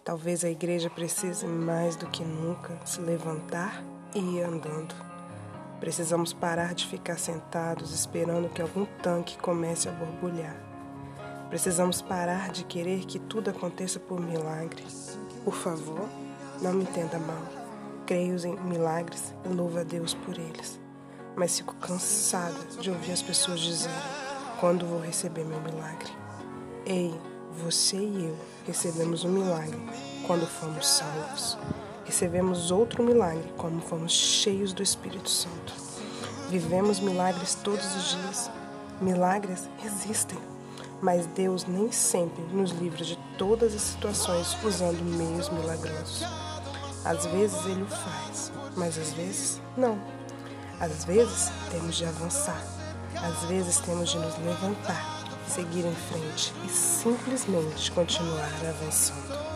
Talvez a igreja precise mais do que nunca se levantar e ir andando. Precisamos parar de ficar sentados esperando que algum tanque comece a borbulhar. Precisamos parar de querer que tudo aconteça por milagre. Por favor, não me entenda mal. Creio em milagres e louvo a Deus por eles. Mas fico cansada de ouvir as pessoas dizerem: quando vou receber meu milagre? Ei, você e eu recebemos um milagre quando fomos salvos. Recebemos outro milagre quando fomos cheios do Espírito Santo. Vivemos milagres todos os dias. Milagres existem, mas Deus nem sempre nos livra de todas as situações usando meios milagrosos. Às vezes Ele o faz, mas às vezes não. Às vezes temos de avançar, às vezes temos de nos levantar, seguir em frente e simplesmente continuar avançando.